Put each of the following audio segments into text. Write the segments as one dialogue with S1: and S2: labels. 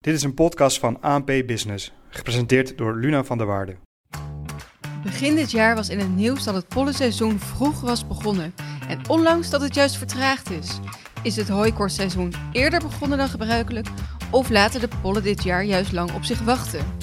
S1: Dit is een podcast van ANP Business, gepresenteerd door Luna van der Waarde.
S2: Begin dit jaar was in het nieuws dat het pollenseizoen vroeg was begonnen en ondanks dat het juist vertraagd is. Is het hooikortseizoen eerder begonnen dan gebruikelijk of laten de pollen dit jaar juist lang op zich wachten?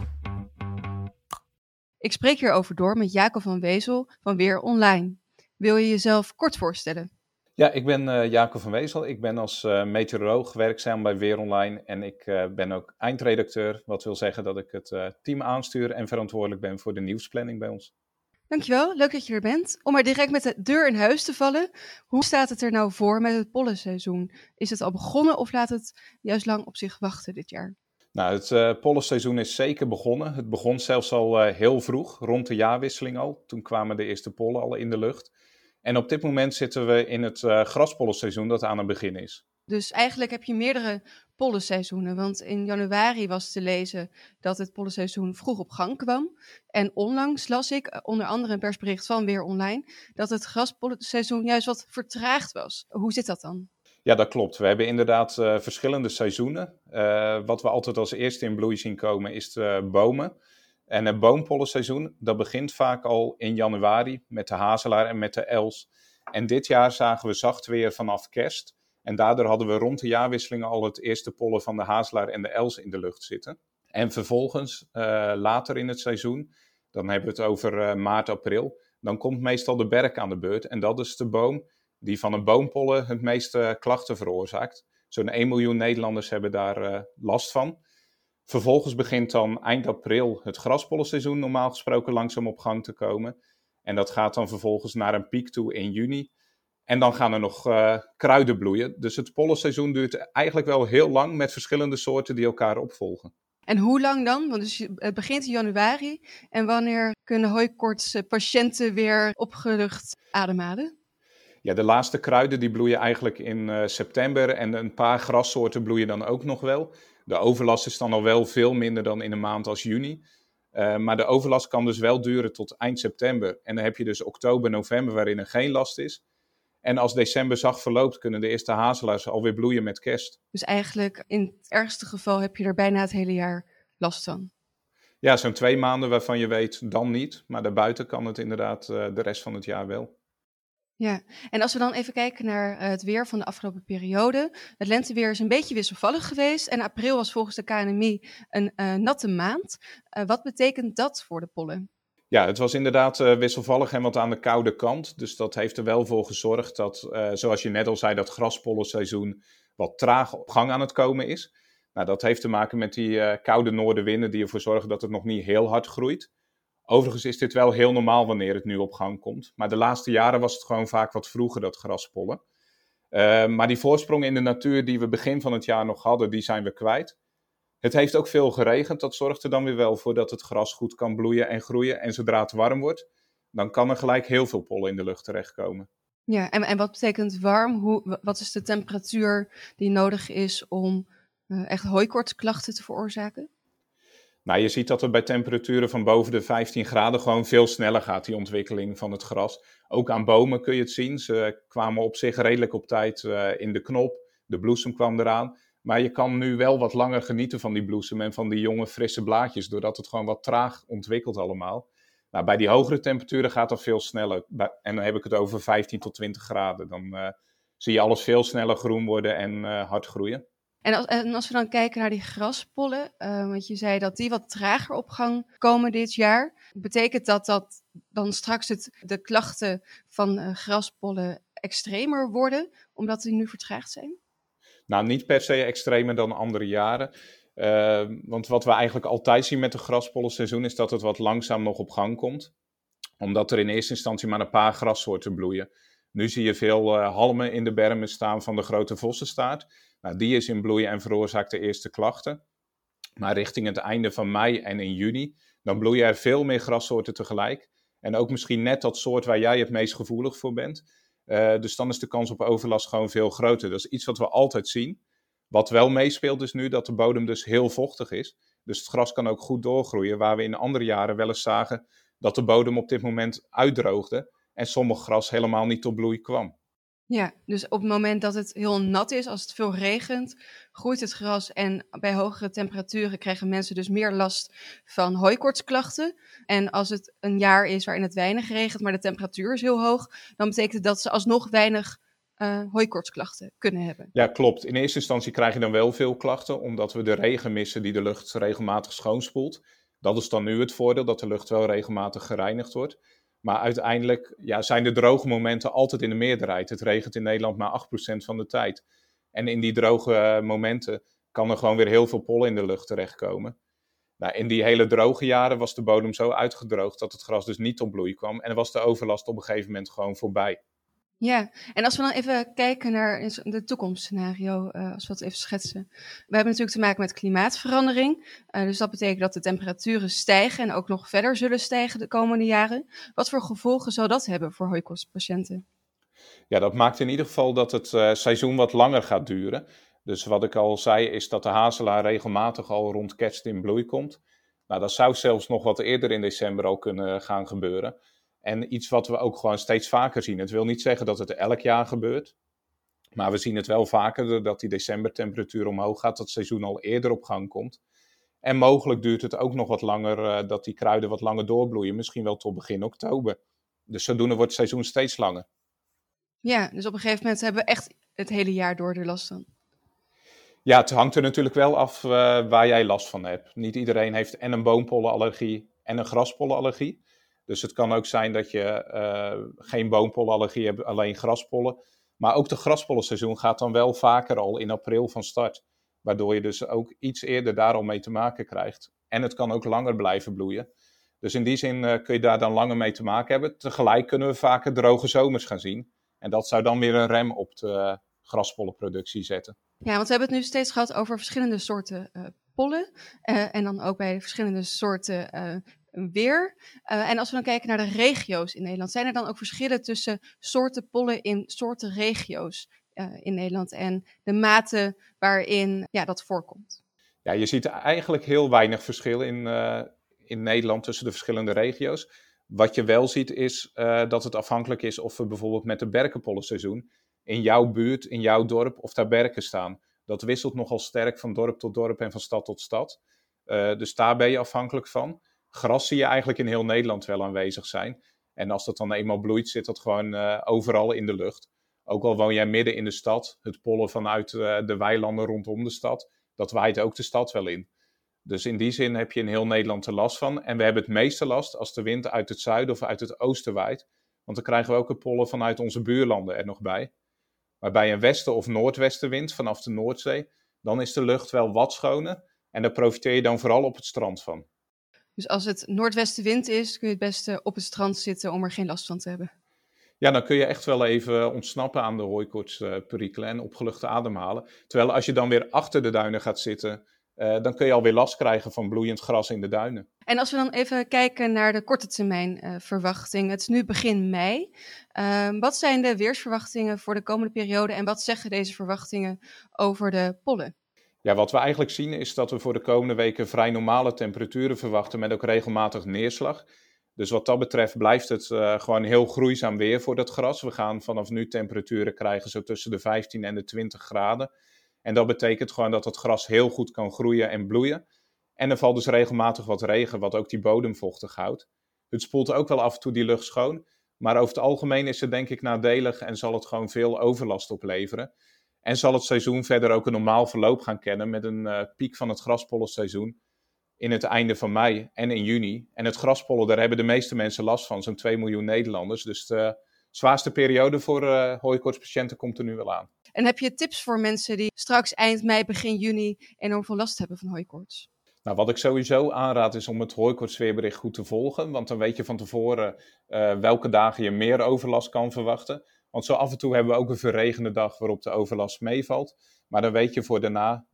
S2: Ik spreek hierover door met Jacob van Wezel van Weer Online. Wil je jezelf kort voorstellen?
S3: Ja, ik ben Jacob van Wezel. Ik ben als meteoroloog werkzaam bij Weer Online en ik ben ook eindredacteur. Wat wil zeggen dat ik het team aanstuur en verantwoordelijk ben voor de nieuwsplanning bij ons.
S2: Dankjewel, leuk dat je er bent. Om maar direct met de deur in huis te vallen, hoe staat het er nou voor met het pollenseizoen? Is het al begonnen of laat het juist lang op zich wachten dit jaar?
S3: Nou, het pollenseizoen is zeker begonnen. Het begon zelfs al heel vroeg, rond de jaarwisseling al. Toen kwamen de eerste pollen al in de lucht. En op dit moment zitten we in het graspollenseizoen dat aan het begin is.
S2: Dus eigenlijk heb je meerdere pollenseizoenen, want in januari was te lezen dat het pollenseizoen vroeg op gang kwam. En onlangs las ik, onder andere een persbericht van Weer Online, dat het graspollenseizoen juist wat vertraagd was. Hoe zit dat dan?
S3: Ja, dat klopt. We hebben inderdaad verschillende seizoenen. Wat we altijd als eerste in bloei zien komen is de bomen. En het boompollenseizoen, dat begint vaak al in januari met de hazelaar en met de els. En dit jaar zagen we zacht weer vanaf kerst. En daardoor hadden we rond de jaarwisseling al het eerste pollen van de hazelaar en de els in de lucht zitten. En vervolgens, later in het seizoen, dan hebben we het over maart, april, dan komt meestal de berk aan de beurt. En dat is de boom die van een boompollen het meeste klachten veroorzaakt. Zo'n 1 miljoen Nederlanders hebben daar last van. Vervolgens begint dan eind april het graspollenseizoen normaal gesproken langzaam op gang te komen. En dat gaat dan vervolgens naar een piek toe in juni. En dan gaan er nog kruiden bloeien. Dus het pollenseizoen duurt eigenlijk wel heel lang met verschillende soorten die elkaar opvolgen.
S2: En hoe lang dan? Want dus het begint in januari. En wanneer kunnen hooikoortspatiënten weer opgelucht ademhalen?
S3: Ja, de laatste kruiden die bloeien eigenlijk in september en een paar grassoorten bloeien dan ook nog wel. De overlast is dan al wel veel minder dan in een maand als juni. Maar de overlast kan dus wel duren tot eind september. En dan heb je dus oktober, november waarin er geen last is. En als december zacht verloopt, kunnen de eerste hazelaars alweer bloeien met kerst.
S2: Dus eigenlijk in het ergste geval heb je er bijna het hele jaar last van.
S3: Ja, zo'n 2 maanden waarvan je weet, dan niet. Maar daarbuiten kan het inderdaad de rest van het jaar wel.
S2: Ja, en als we dan even kijken naar het weer van de afgelopen periode. Het lenteweer is een beetje wisselvallig geweest. En april was volgens de KNMI een natte maand. Wat betekent dat voor de pollen?
S3: Ja, het was inderdaad wisselvallig en wat aan de koude kant. Dus dat heeft er wel voor gezorgd dat, zoals je net al zei, dat graspollenseizoen wat traag op gang aan het komen is. Nou, dat heeft te maken met die koude noordenwinden die ervoor zorgen dat het nog niet heel hard groeit. Overigens is dit wel heel normaal wanneer het nu op gang komt. Maar de laatste jaren was het gewoon vaak wat vroeger, dat graspollen. Maar die voorsprong in de natuur die we begin van het jaar nog hadden, die zijn we kwijt. Het heeft ook veel geregend. Dat zorgt er dan weer wel voor dat het gras goed kan bloeien en groeien. En zodra het warm wordt, dan kan er gelijk heel veel pollen in de lucht terechtkomen.
S2: Ja, en wat betekent warm? Wat is de temperatuur die nodig is om echt hooikoortsklachten te veroorzaken?
S3: Nou, je ziet dat het bij temperaturen van boven de 15 graden gewoon veel sneller gaat, die ontwikkeling van het gras. Ook aan bomen kun je het zien. Ze kwamen op zich redelijk op tijd in de knop. De bloesem kwam eraan. Maar je kan nu wel wat langer genieten van die bloesem en van die jonge frisse blaadjes, doordat het gewoon wat traag ontwikkelt allemaal. Nou, bij die hogere temperaturen gaat dat veel sneller. En dan heb ik het over 15 tot 20 graden. Dan zie je alles veel sneller groen worden en hard groeien.
S2: En als we dan kijken naar die graspollen, want je zei dat die wat trager op gang komen dit jaar. Betekent dat dan straks de klachten van graspollen extremer worden, omdat die nu vertraagd zijn?
S3: Nou, niet per se extremer dan andere jaren. Want wat we eigenlijk altijd zien met het graspollenseizoen is dat het wat langzaam nog op gang komt. Omdat er in eerste instantie maar een paar grassoorten bloeien. Nu zie je veel halmen in de bermen staan van de grote vossenstaart. Nou, die is in bloei en veroorzaakt de eerste klachten. Maar richting het einde van mei en in juni, dan bloeien er veel meer grassoorten tegelijk. En ook misschien net dat soort waar jij het meest gevoelig voor bent. Dus dan is de kans op overlast gewoon veel groter. Dat is iets wat we altijd zien. Wat wel meespeelt is nu dat de bodem dus heel vochtig is. Dus het gras kan ook goed doorgroeien. Waar we in andere jaren wel eens zagen dat de bodem op dit moment uitdroogde. En sommig gras helemaal niet tot bloei kwam.
S2: Ja, dus op het moment dat het heel nat is, als het veel regent, groeit het gras en bij hogere temperaturen krijgen mensen dus meer last van hooikoortsklachten. En als het een jaar is waarin het weinig regent, maar de temperatuur is heel hoog, dan betekent het dat ze alsnog weinig hooikoortsklachten kunnen hebben.
S3: Ja, klopt. In eerste instantie krijg je dan wel veel klachten, omdat we de regen missen die de lucht regelmatig schoonspoelt. Dat is dan nu het voordeel, dat de lucht wel regelmatig gereinigd wordt. Maar uiteindelijk zijn de droge momenten altijd in de meerderheid. Het regent in Nederland maar 8% van de tijd. En in die droge momenten kan er gewoon weer heel veel pollen in de lucht terechtkomen. Nou, in die hele droge jaren was de bodem zo uitgedroogd dat het gras dus niet tot bloei kwam. En was de overlast op een gegeven moment gewoon voorbij.
S2: Ja, en als we dan even kijken naar de toekomstscenario, als we dat even schetsen. We hebben natuurlijk te maken met klimaatverandering. Dus dat betekent dat de temperaturen stijgen en ook nog verder zullen stijgen de komende jaren. Wat voor gevolgen zal dat hebben voor hooikoortspatiënten?
S3: Ja, dat maakt in ieder geval dat het seizoen wat langer gaat duren. Dus wat ik al zei is dat de hazelaar regelmatig al rond kerst in bloei komt. Nou, dat zou zelfs nog wat eerder in december al kunnen gaan gebeuren. En iets wat we ook gewoon steeds vaker zien. Het wil niet zeggen dat het elk jaar gebeurt. Maar we zien het wel vaker dat die decembertemperatuur omhoog gaat. Dat het seizoen al eerder op gang komt. En mogelijk duurt het ook nog wat langer dat die kruiden wat langer doorbloeien. Misschien wel tot begin oktober. Dus zodoende wordt het seizoen steeds langer.
S2: Ja, dus op een gegeven moment hebben we echt het hele jaar door er last van.
S3: Ja, het hangt er natuurlijk wel af waar jij last van hebt. Niet iedereen heeft en een boompollenallergie en een graspollenallergie. Dus het kan ook zijn dat je geen boompollenallergie hebt, alleen graspollen. Maar ook de graspollenseizoen gaat dan wel vaker al in april van start. Waardoor je dus ook iets eerder daar al mee te maken krijgt. En het kan ook langer blijven bloeien. Dus in die zin kun je daar dan langer mee te maken hebben. Tegelijk kunnen we vaker droge zomers gaan zien. En dat zou dan weer een rem op de graspollenproductie zetten.
S2: Ja, want we hebben het nu steeds gehad over verschillende soorten pollen. En dan ook bij verschillende soorten weer. En als we dan kijken naar de regio's in Nederland, zijn er dan ook verschillen tussen soorten pollen in soorten regio's in Nederland en de mate waarin dat voorkomt?
S3: Ja, je ziet eigenlijk heel weinig verschil in Nederland tussen de verschillende regio's. Wat je wel ziet is dat het afhankelijk is of we bijvoorbeeld met de berkenpollenseizoen in jouw buurt, in jouw dorp, of daar berken staan. Dat wisselt nogal sterk van dorp tot dorp en van stad tot stad. Dus daar ben je afhankelijk van. Gras zie je eigenlijk in heel Nederland wel aanwezig zijn. En als dat dan eenmaal bloeit, zit dat gewoon overal in de lucht. Ook al woon jij midden in de stad, het pollen vanuit de weilanden rondom de stad, dat waait ook de stad wel in. Dus in die zin heb je in heel Nederland er last van. En we hebben het meeste last als de wind uit het zuiden of uit het oosten waait. Want dan krijgen we ook het pollen vanuit onze buurlanden er nog bij. Maar bij een westen- of noordwestenwind vanaf de Noordzee, dan is de lucht wel wat schoner. En daar profiteer je dan vooral op het strand van.
S2: Dus als het noordwestenwind is, kun je het beste op het strand zitten om er geen last van te hebben.
S3: Ja, dan kun je echt wel even ontsnappen aan de hooikoortsperikelen en opgeluchte ademhalen. Terwijl als je dan weer achter de duinen gaat zitten, dan kun je alweer last krijgen van bloeiend gras in de duinen.
S2: En als we dan even kijken naar de korte termijn verwachting. Het is nu begin mei. Wat zijn de weersverwachtingen voor de komende periode en wat zeggen deze verwachtingen over de pollen?
S3: Ja, wat we eigenlijk zien is dat we voor de komende weken vrij normale temperaturen verwachten met ook regelmatig neerslag. Dus wat dat betreft blijft het gewoon heel groeizaam weer voor dat gras. We gaan vanaf nu temperaturen krijgen zo tussen de 15 en de 20 graden. En dat betekent gewoon dat het gras heel goed kan groeien en bloeien. En er valt dus regelmatig wat regen, wat ook die bodem vochtig houdt. Het spoelt ook wel af en toe die lucht schoon. Maar over het algemeen is het denk ik nadelig en zal het gewoon veel overlast opleveren. En zal het seizoen verder ook een normaal verloop gaan kennen met een piek van het graspollenseizoen in het einde van mei en in juni. En het graspollen, daar hebben de meeste mensen last van, zo'n 2 miljoen Nederlanders. Dus de zwaarste periode voor hooikoortspatiënten komt er nu wel aan.
S2: En heb je tips voor mensen die straks eind mei, begin juni enorm veel last hebben van hooikoorts?
S3: Nou, wat ik sowieso aanraad is om het hooikoortsweerbericht goed te volgen. Want dan weet je van tevoren welke dagen je meer overlast kan verwachten. Want zo af en toe hebben we ook een verregende dag waarop de overlast meevalt. Maar dan weet je voor daarna,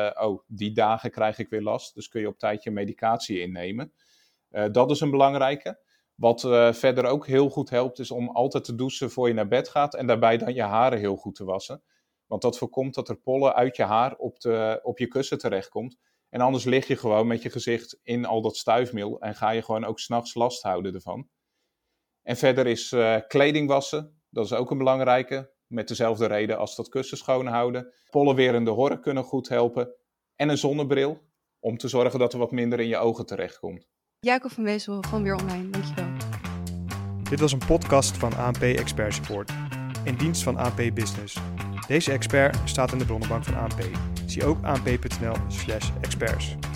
S3: die dagen krijg ik weer last. Dus kun je op tijd je medicatie innemen. Dat is een belangrijke. Wat verder ook heel goed helpt is om altijd te douchen voor je naar bed gaat. En daarbij dan je haren heel goed te wassen. Want dat voorkomt dat er pollen uit je haar op je kussen terechtkomt. En anders lig je gewoon met je gezicht in al dat stuifmeel en ga je gewoon ook 's nachts last houden ervan. En verder is kleding wassen, dat is ook een belangrijke. met dezelfde reden als dat kussen schoonhouden. Pollenwerende horren kunnen goed helpen. En een zonnebril, om te zorgen dat er wat minder in je ogen terechtkomt.
S2: Jacob van Wezel van Weer Online, dankjewel.
S1: Dit was een podcast van ANP Expert Support, in dienst van ANP Business. Deze expert staat in de bronnenbank van ANP. Zie ook anp.nl/experts.